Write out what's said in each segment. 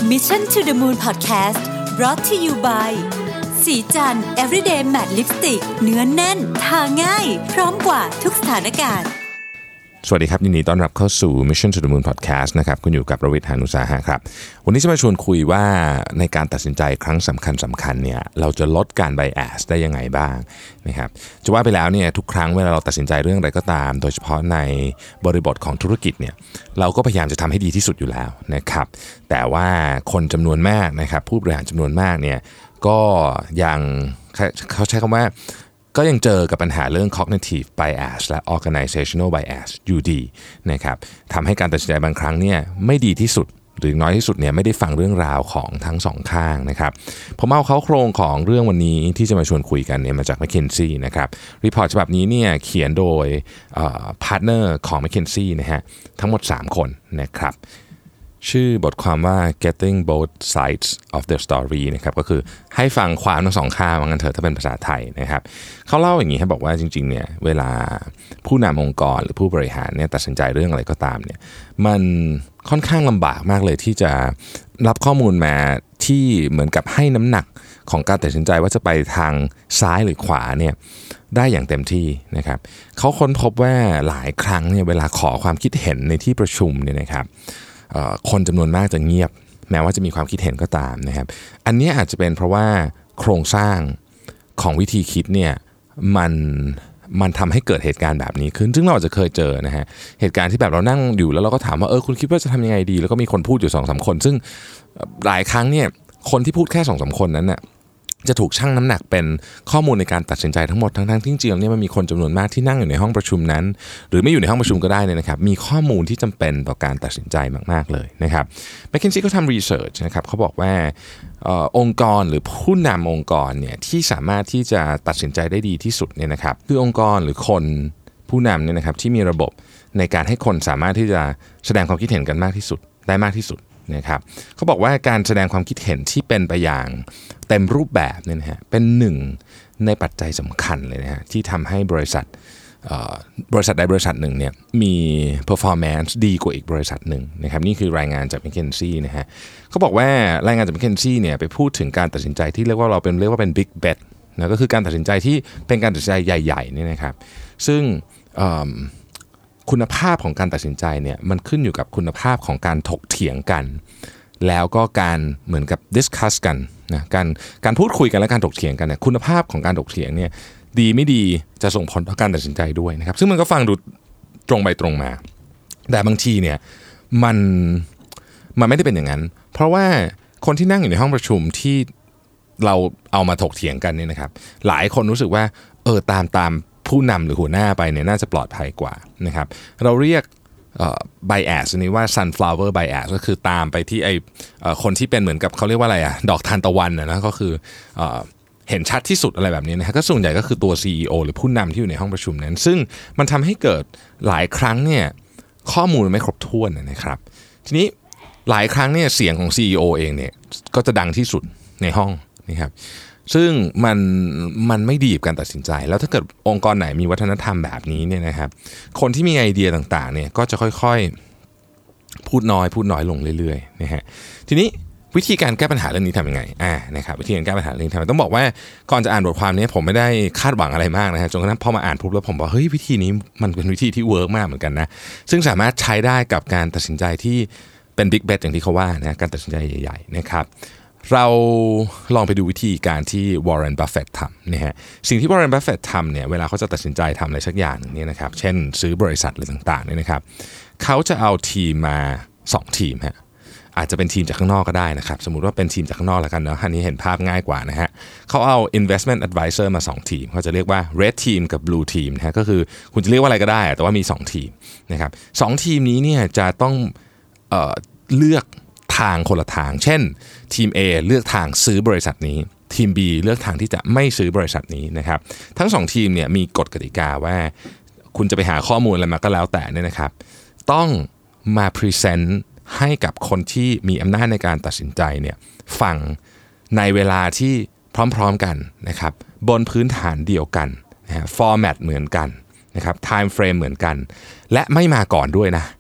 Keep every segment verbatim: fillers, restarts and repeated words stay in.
Mission to the Moon Podcast brought to you by สีจัน Everyday Matte Lipstick เนื้อนแน่นทาง่ายพร้อมกว่าทุกสถานการณ์สวัสดีครับยินดีต้อนรับเข้าสู่ Mission to the Moon Podcast นะครับคุณอยู่กับรวิทย์ หาญอุตสาหะครับวันนี้จะมาชวนคุยว่าในการตัดสินใจครั้งสำคัญสำคัญเนี่ยเราจะลดการ bias ได้ยังไงบ้างนะครับจะว่าไปแล้วเนี่ยทุกครั้งเวลาเราตัดสินใจเรื่องอะไรก็ตามโดยเฉพาะในบริบทของธุรกิจเนี่ยเราก็พยายามจะทำให้ดีที่สุดอยู่แล้วนะครับแต่ว่าคนจำนวนมากนะครับผู้บริหารจำนวนมากเนี่ยก็ยังเขาใช้คำว่าก็ยังเจอกับปัญหาเรื่อง cognitive bias และ organizational bias อยู่ดีนะครับทำให้การตัดสินใจบางครั้งเนี่ยไม่ดีที่สุดหรือน้อยที่สุดเนี่ยไม่ได้ฟังเรื่องราวของทั้งสองข้างนะครับผมเอาเข้าโครงของเรื่องวันนี้ที่จะมาชวนคุยกันเนี่ยมาจาก McKinsey นะครับรีพอร์ตฉบับนี้เนี่ยเขียนโดยพาร์ทเนอร์ของ McKinsey นะฮะทั้งหมดสามคนนะครับชื่อบทความว่า getting both sides of the story นะครับก็คือให้ฟังความทั้งสองข้างว่างั้นเถอะถ้าเป็นภาษาไทยนะครับเขาเล่าอย่างนี้ครับบอกว่าจริงๆเนี่ยเวลาผู้นำองค์กรหรือผู้บริหารเนี่ยตัดสินใจเรื่องอะไรก็ตามเนี่ยมันค่อนข้างลำบากมากเลยที่จะรับข้อมูลมาที่เหมือนกับให้น้ำหนักของการตัดสินใจว่าจะไปทางซ้ายหรือขวาเนี่ยได้อย่างเต็มที่นะครับเขาค้นพบว่าหลายครั้งเนี่ยเวลาขอความคิดเห็นในที่ประชุมเนี่ยนะครับคนจำนวนมากจะเงียบแม้ว่าจะมีความคิดเห็นก็ตามนะครับอันนี้อาจจะเป็นเพราะว่าโครงสร้างของวิธีคิดเนี่ยมันมันทำให้เกิดเหตุการณ์แบบนี้ขึ้นซึ่งเราอาจจะเคยเจอนะฮะเหตุการณ์ที่แบบเรานั่งอยู่แล้วเราก็ถามว่าเออคุณคิดว่าจะทำยังไงดีแล้วก็มีคนพูดอยู่ สองสาม คนซึ่งหลายครั้งเนี่ยคนที่พูดแค่ สองสาม คนนั้นน่ะจะถูกชั่งน้ำหนักเป็นข้อมูลในการตัดสินใจทั้งหมดทั้งๆที่จริงๆเนี่ยมันมีคนจำนวนมากที่นั่งอยู่ในห้องประชุมนั้นหรือไม่อยู่ในห้องประชุมก็ได้เนี่ยนะครับมีข้อมูลที่จำเป็นต่อการตัดสินใจมากๆเลยนะครับ McKinsey ก็ทำรีเสิร์ชนะครับเขาบอกว่าเอ่อองค์กรหรือผู้นำองค์กรเนี่ยที่สามารถที่จะตัดสินใจได้ดีที่สุดเนี่ยนะครับคือองค์กรหรือคนผู้นำเนี่ยนะครับที่มีระบบในการให้คนสามารถที่จะแสดงความคิดเห็นกันมากที่สุดได้มากที่สุดนะครับเขาบอกว่าการแสดงความคิดเห็นที่เป็นไปอย่างเต็มรูปแบบเนี่ยนะฮะเป็นหนึ่งในปัจจัยสำคัญเลยนะฮะที่ทำให้บริษัทบริษัทใดบริษัทหนึ่งเนี่ยมี performance ดีกว่าอีกบริษัทหนึ่งนะครับนี่คือรายงานจาก McKinsey นะฮะเขาบอกว่ารายงานจาก McKinsey เนี่ยไปพูดถึงการตัดสินใจที่เรียกว่าเราเป็นเรียกว่าเป็น big bet นะก็คือการตัดสินใจที่เป็นการตัดสินใจใหญ่ๆเนี่ยนะครับซึ่งคุณภาพของการตัดสินใจเนี่ยมันขึ้นอยู่กับคุณภาพของการถกเถียงกันแล้วก็การเหมือนกับ discuss กันนะการการพูดคุยกันและการถกเถียงกันเนี่ยคุณภาพของการถกเถียงเนี่ยดีไม่ดีจะส่งผลต่อการตัดสินใจด้วยนะครับซึ่งมันก็ฟังดูตรงไปตรงมาแต่บางทีเนี่ยมันมันไม่ได้เป็นอย่างนั้นเพราะว่าคนที่นั่งอยู่ในห้องประชุมที่เราเอามาถกเถียงกันเนี่ยนะครับหลายคนรู้สึกว่าเออตามตามผู้นำหรือหัวหน้าไปเนี่ยน่าจะปลอดภัยกว่านะครับเราเรียกเอ่อ bias นี้ว่า sunflower bias ก็คือตามไปที่ไอเอ่อคนที่เป็นเหมือนกับเขาเรียกว่าอะไรอ่ะดอกทานตะวันนะก็คือเอ่อเห็นชัดที่สุดอะไรแบบนี้นะฮะก็ส่วนใหญ่ก็คือตัว ซี อี โอ หรือผู้นำที่อยู่ในห้องประชุมนั้นซึ่งมันทำให้เกิดหลายครั้งเนี่ยข้อมูลไม่ครบถ้วนนะครับทีนี้หลายครั้งเนี่ยเสียงของ ซี อี โอ เองเนี่ยก็จะดังที่สุดในห้องนะครับซึ่งมันมันไม่ดีกับการตัดสินใจแล้วถ้าเกิดองค์กรไหนมีวัฒนธรรมแบบนี้เนี่ยนะครับคนที่มีไอเดียต่างๆเนี่ยก็จะค่อยๆพูดน้อยพูดน้อยลงเรื่อยๆนะฮะทีนี้วิธีการแก้ปัญหาเรื่องนี้ทำยังไงอ่านะครับวิธีการแก้ปัญหาเรื่องนี้ทำยังไงต้องบอกว่าก่อนจะอ่านบทความนี้ผมไม่ได้คาดหวังอะไรมากนะฮะจนกระทั่งพอมาอ่านปุ๊บแล้วผมบอกเฮ้ยวิธีนี้มันเป็นวิธีที่เวิร์กมากเหมือนกันนะซึ่งสามารถใช้ได้กับการตัดสินใจที่เป็นบิ๊กเบทอย่างที่เขาว่านะการตัดสินใจใหญ่ๆนะครับเราลองไปดูวิธีการที่วอร์เรน บัฟเฟตต์ทำนะฮะสิ่งที่วอร์เรน บัฟเฟตต์ทำเนี่ยเวลาเขาจะตัดสินใจทำอะไรสักอย่างนึงเนี่ยนะครับเช่นซื้อบริษัทอะไรต่างๆเนี่ยนะครับเขาจะเอาทีมมาสองทีมฮะอาจจะเป็นทีมจากข้างนอกก็ได้นะครับสมมุติว่าเป็นทีมจากข้างนอกแล้วกันเนาะอันนี้เห็นภาพง่ายกว่านะฮะเขาเอา investment advisor มาสองทีมเขาจะเรียกว่า red team กับ blue team นะฮะก็คือคุณจะเรียกว่าอะไรก็ได้แต่ว่ามีสองทีมนะครับสองทีมนี้เนี่ยจะต้องเอ่อเลือกทางคนละทางเช่นทีม A เลือกทางซื้อบริษัทนี้ทีม B เลือกทางที่จะไม่ซื้อบริษัทนี้นะครับทั้งสองทีมเนี่ยมีกฎกติกาว่าคุณจะไปหาข้อมูลอะไรมาก็แล้วแต่เนี่ยนะครับต้องมาพรีเซนต์ให้กับคนที่มีอำนาจในการตัดสินใจเนี่ยฟังในเวลาที่พร้อมๆกันนะครับบนพื้นฐานเดียวกันนะฮะฟอร์แมตเหมือนกันนะครับไทม์เฟรมเหมือนกันและไม่มาก่อนด้วยนะ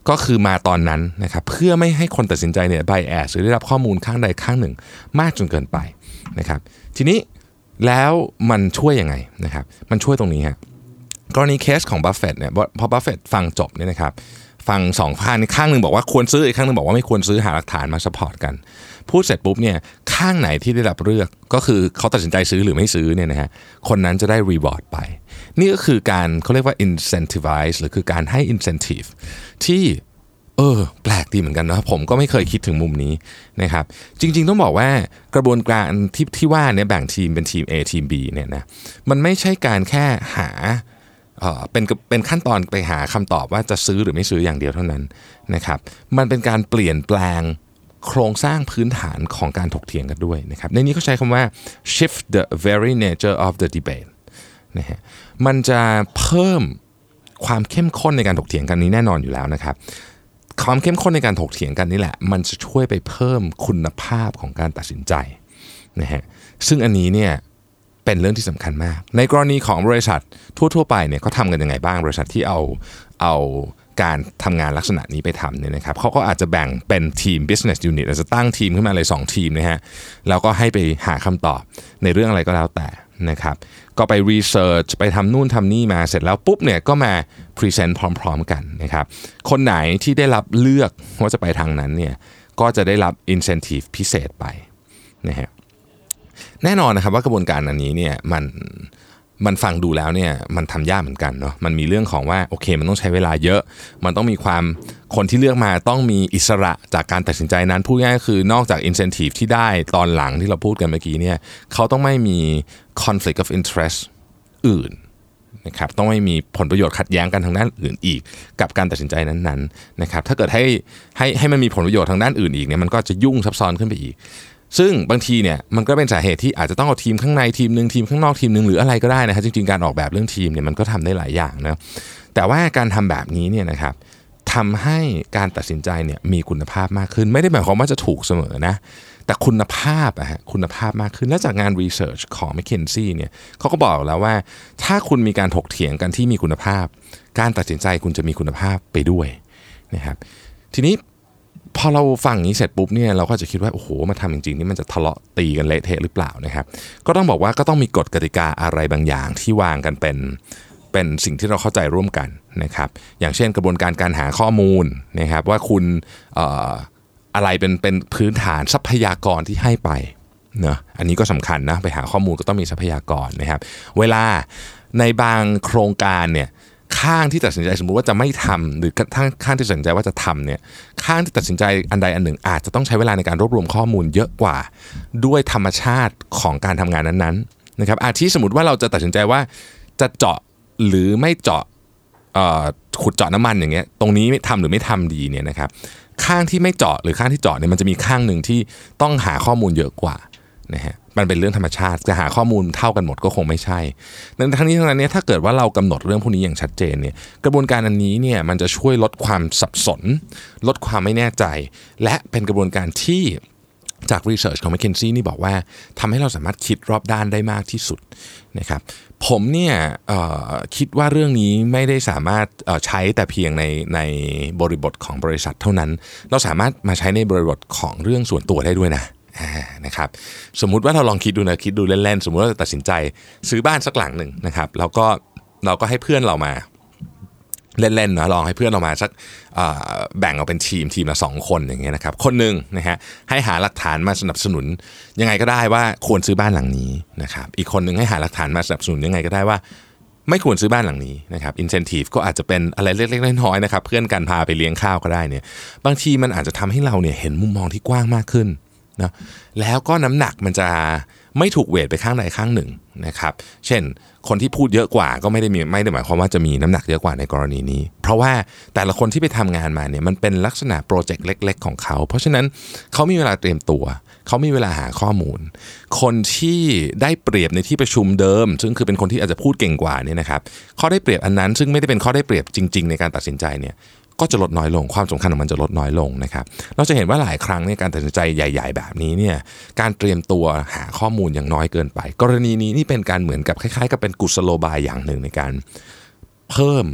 ก็คือมาตอนนั้นนะครับเพื่อไม่ให้คนตัดสินใจเนี่ย bias หรือได้รับข้อมูลข้างใดข้างหนึ่งมากจนเกินไปนะครับทีนี้แล้วมันช่วยยังไงนะครับมันช่วยตรงนี้ฮะกรณีเคสของบัฟเฟตต์เนี่ยพอบัฟเฟตต์ฟังจบเนี่ยนะครับฟังสองข้างข้างนึงบอกว่าควรซื้ออีกข้างนึงบอกว่าไม่ควรซื้อหาหลักฐานมาซัพพอร์ตกันพูดเสร็จปุ๊บเนี่ยข้างไหนที่ได้รับเลือกก็คือเขาตัดสินใจซื้อหรือไม่ซื้อเนี่ยนะฮะคนนั้นจะได้รีวอร์ดไปนี่ก็คือการเขาเรียกว่า incentivize หรือคือการให้ incentive ที่เออแปลกดีเหมือนกันนะผมก็ไม่เคยคิดถึงมุมนี้นะครับจริงๆต้องบอกว่ากระบวนการที่ที่ว่าเนี่ยแบ่งทีมเป็นทีม A ทีม B เนี่ยนะมันไม่ใช่การแค่หาเอ่อเป็นเป็นขั้นตอนไปหาคำตอบว่าจะซื้อหรือไม่ซื้ออย่างเดียวเท่านั้นนะครับมันเป็นการเปลี่ยนแปลงโครงสร้างพื้นฐานของการถกเถียงกันด้วยนะครับในนี้เขาใช้คำว่า shift the very nature of the debate นะฮะมันจะเพิ่มความเข้มข้นในการถกเถียงกันนี้แน่นอนอยู่แล้วนะครับความเข้มข้นในการถกเถียงกันนี่แหละมันจะช่วยไปเพิ่มคุณภาพของการตัดสินใจนะฮะซึ่งอันนี้เนี่ยเป็นเรื่องที่สำคัญมากในกรณีของบริษัททั่วๆไปเนี่ยเขาทำกันยังไงบ้างบริษัทที่เอาเอาการทำงานลักษณะนี้ไปทำเนี่ยนะครับเขาก็อาจจะแบ่งเป็นทีม business unit อาจจะตั้งทีมขึ้นมาเลยสองทีมนะฮะแล้วก็ให้ไปหาคำตอบในเรื่องอะไรก็แล้วแต่นะครับก็ไป research ไปทำนู่นทำนี่มาเสร็จแล้วปุ๊บเนี่ยก็มา present พร้อมๆกันนะครับคนไหนที่ได้รับเลือกว่าจะไปทางนั้นเนี่ยก็จะได้รับ incentive พิเศษไปนะฮะแน่นอนนะครับว่ากระบวนการอันนี้เนี่ยมันมันฟังดูแล้วเนี่ยมันทำยากเหมือนกันเนาะมันมีเรื่องของว่าโอเคมันต้องใช้เวลาเยอะมันต้องมีความคนที่เลือกมาต้องมีอิสระจากการตัดสินใจนั้นพูดง่ายๆคือนอกจาก incentive ที่ได้ตอนหลังที่เราพูดกันเมื่อกี้เนี่ยเขาต้องไม่มี conflict of interest อื่นนะครับต้องไม่มีผลประโยชน์ขัดแย้งกันทางด้านอื่นอีกกับการตัดสินใจนั้นๆนะครับถ้าเกิดให้ให้ให้มันมีผลประโยชน์ทางด้านอื่นอีกเนี่ยมันก็จะยุ่งซับซ้อนขึ้นไปอีกซึ่งบางทีเนี่ยมันก็เป็นสาเหตุที่อาจจะต้องเอาทีมข้างในทีมนึงทีมข้างนอกทีมนึงหรืออะไรก็ได้นะครับจริงๆการออกแบบเรื่องทีมเนี่ยมันก็ทำได้หลายอย่างนะแต่ว่าการทำแบบนี้เนี่ยนะครับทำให้การตัดสินใจเนี่ยมีคุณภาพมากขึ้นไม่ได้หมายความว่าจะถูกเสมอนะแต่คุณภาพอะฮะคุณภาพมากขึ้นและจากงานรีเสิร์ชของ McKinsey เนี่ยเขาก็บอกแล้วว่าถ้าคุณมีการถกเถียงกันที่มีคุณภาพการตัดสินใจคุณจะมีคุณภาพไปด้วยนะครับทีนี้พอเราฟังอย่างนี้เสร็จปุ๊บเนี่ยเราก็จะคิดว่าโอ้โหมาทำจริงๆนี่มันจะทะเลาะตีกันเละเทะหรือเปล่านะครับก็ต้องบอกว่าก็ต้องมีกฎกติกาอะไรบางอย่างที่วางกันเป็นเป็นสิ่งที่เราเข้าใจร่วมกันนะครับอย่างเช่นกระบวนการการหาข้อมูลนะครับว่าคุณเอ่ออะไรเป็นเป็นพื้นฐานทรัพยากรที่ให้ไปเนอะอันนี้ก็สำคัญนะไปหาข้อมูลก็ต้องมีทรัพยากรนะครับเวลาในบางโครงการเนี่ยข้างที่ตัดสินใจสมมุติว่าจะไม่ทำหรือข้างข้างที่ตัดสินใจว่าจะทำเนี่ยข้างที่ตัดสินใจอันใดอันหนึ่งอาจจะต้องใช้เวลาในการรวบรวมข้อมูลเยอะกว่าด้วยธรรมชาติของการทำงานนั้นๆนะครับอาทิสมมติว่าเราจะตัดสินใจว่าจะเจาะหรือไม่เจาะขุดเจาะน้ำมันอย่างเงี้ยตรงนี้ทำหรือไม่ทำดีเนี่ยนะครับข้างที่ไม่เจาะหรือข้างที่เจาะเนี่ยมันจะมีข้างหนึ่งที่ต้องหาข้อมูลเยอะกว่านะฮะมันเป็นเรื่องธรรมชาติจะหาข้อมูลเท่ากันหมดก็คงไม่ใช่ดังนั้นทั้งนี้ทั้งนั้นเนี่ยถ้าเกิดว่าเรากำหนดเรื่องพวกนี้อย่างชัดเจนเนี่ยกระบวนการอันนี้เนี่ยมันจะช่วยลดความสับสนลดความไม่แน่ใจและเป็นกระบวนการที่จากรีเสิร์ชของ McKinsey นี่บอกว่าทำให้เราสามารถคิดรอบด้านได้มากที่สุดนะครับผมเนี่ยคิดว่าเรื่องนี้ไม่ได้สามารถใช้แต่เพียงในในบริบทของบริษัทเท่านั้นเราสามารถมาใช้ในบริบทของเรื่องส่วนตัวได้ด้วยนะนะครับสมมุติว่าเราลองคิดดูนะคิดดูเล่นๆสมมุติว่าเราตัดสินใจซื้อบ้านสักหลังหนึ่งนะครับแล้วก็เราก็ให้เพื่อนเรามาเล่นๆนะลองให้เพื่อนเรามาสักแบ่งออกเป็นทีมทีมละสองคนอย่างเงี้ยนะครับคนหนึ่งนะฮะให้หาหลักฐานมาสนับสนุนยังไงก็ได้ว่าควรซื้อบ้านหลังนี้นะครับอีกคนหนึ่งให้หาหลักฐานมาสนับสนุนยังไงก็ได้ว่าไม่ควรซื้อบ้านหลังนี้นะครับ incentive ก็อาจจะเป็นอะไรเล็กๆน้อยๆนะครับเพื่อนกันพาไปเลี้ยงข้าวก็ได้เนี่ยบางทีมันอาจจะทำให้เราเนี่ยเห็นมุมมองที่กว้างมากขึ้นนะแล้วก็น้ำหนักมันจะไม่ถูกเวทไปข้างใดข้างหนึ่งนะครับเช่นคนที่พูดเยอะกว่าก็ไม่ได้มีไม่ได้หมายความว่าจะมีน้ำหนักเยอะกว่าในกรณีนี้เพราะว่าแต่ละคนที่ไปทำงานมาเนี่ยมันเป็นลักษณะโปรเจกต์เล็กๆของเขาเพราะฉะนั้นเขามีเวลาเตรียมตัวเขามีเวลาหาข้อมูลคนที่ได้เปรียบในที่ประชุมเดิมซึ่งคือเป็นคนที่อาจจะพูดเก่งกว่าเนี่ยนะครับข้อได้เปรียบอันนั้นซึ่งไม่ได้เป็นข้อได้เปรียบจริงๆในการตัดสินใจเนี่ยก็จะลดน้อยลงความสำคัญของมันจะลดน้อยลงนะครับเราจะเห็นว่าหลายครั้งในการตัดสินใจใหญ่ๆแบบนี้เนี่ยการเตรียมตัวหาข้อมูลอย่างน้อยเกินไปกรณีนี้นี่เป็นการเหมือนกับคล้ายๆกับเป็นกุศโลบายอย่างหนึ่งในการเพิ่ม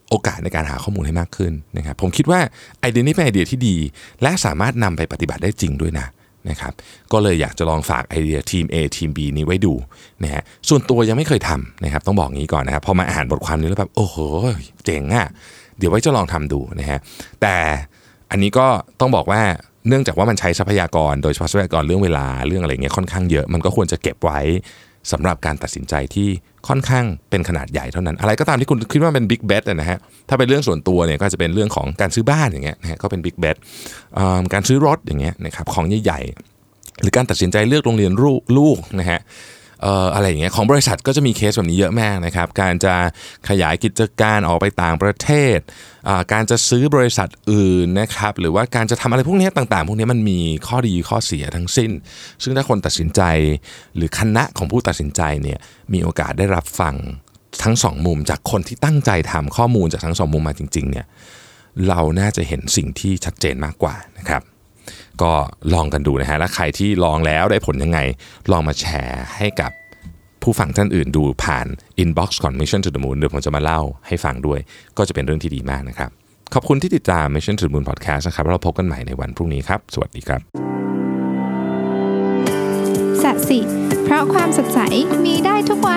โอกาสในการหาข้อมูลให้มากขึ้นนะครับผมคิดว่าไอเดียนี้เป็นไอเดียที่ดีและสามารถนำไปปฏิบัติได้จริงด้วยนะนะครับก็เลยอยากจะลองฝากไอเดียทีม A ทีม B นี้ไว้ดูนะฮะส่วนตัวยังไม่เคยทำนะครับต้องบอกงี้ก่อนนะครับพอมาอ่านบทความนี้แล้วแบบโอ้โหเจ๋งอ่ะเดี๋ยวไว้จะลองทำดูนะฮะแต่อันนี้ก็ต้องบอกว่าเนื่องจากว่ามันใช้ทรัพยากรโดยเฉพาะทรัพยากรเรื่องเวลาเรื่องอะไรเงี้ยค่อนข้างเยอะมันก็ควรจะเก็บไว้สำหรับการตัดสินใจที่ค่อนข้างเป็นขนาดใหญ่เท่านั้นอะไรก็ตามที่คุณคิดว่าเป็นบิ๊กเบทนะฮะถ้าเป็นเรื่องส่วนตัวเนี่ยก็จะเป็นเรื่องของการซื้อบ้านอย่างเงี้ยนะฮะก็เป็นบิ๊กเบทการซื้อรถอย่างเงี้ยนะครับของใหญ่ๆหรือการตัดสินใจเลือกโรงเรียนลูกนะฮะเอ่ออะไรอย่างเงี้ยของบริษัทก็จะมีเคสแบบนี้เยอะมากนะครับการจะขยายกิจการออกไปต่างประเทศการจะซื้อบริษัทอื่นนะครับหรือว่าการจะทำอะไรพวกนี้ต่างๆพวกนี้มันมีข้อดีข้อเสียทั้งสิ้นซึ่งถ้าคนตัดสินใจหรือคณะของผู้ตัดสินใจเนี่ยมีโอกาสได้รับฟังทั้งสองมุมจากคนที่ตั้งใจทำข้อมูลจากทั้งสองมุมมาจริงๆเนี่ยเราน่าจะเห็นสิ่งที่ชัดเจนมากกว่านะครับก็ลองกันดูนะฮะและใครที่ลองแล้วได้ผลยังไงลองมาแชร์ให้กับผู้ฟังท่านอื่นดูผ่าน inbox ของ Mission to the Moon เดี๋ยวผมจะมาเล่าให้ฟังด้วยก็จะเป็นเรื่องที่ดีมากนะครับขอบคุณที่ติดตาม Mission to the Moon Podcast นะครับเราพบกันใหม่ในวันพรุ่งนี้ครับสวัสดีครับสัตว์สิเพราะความสดใสมีได้ทุกวัน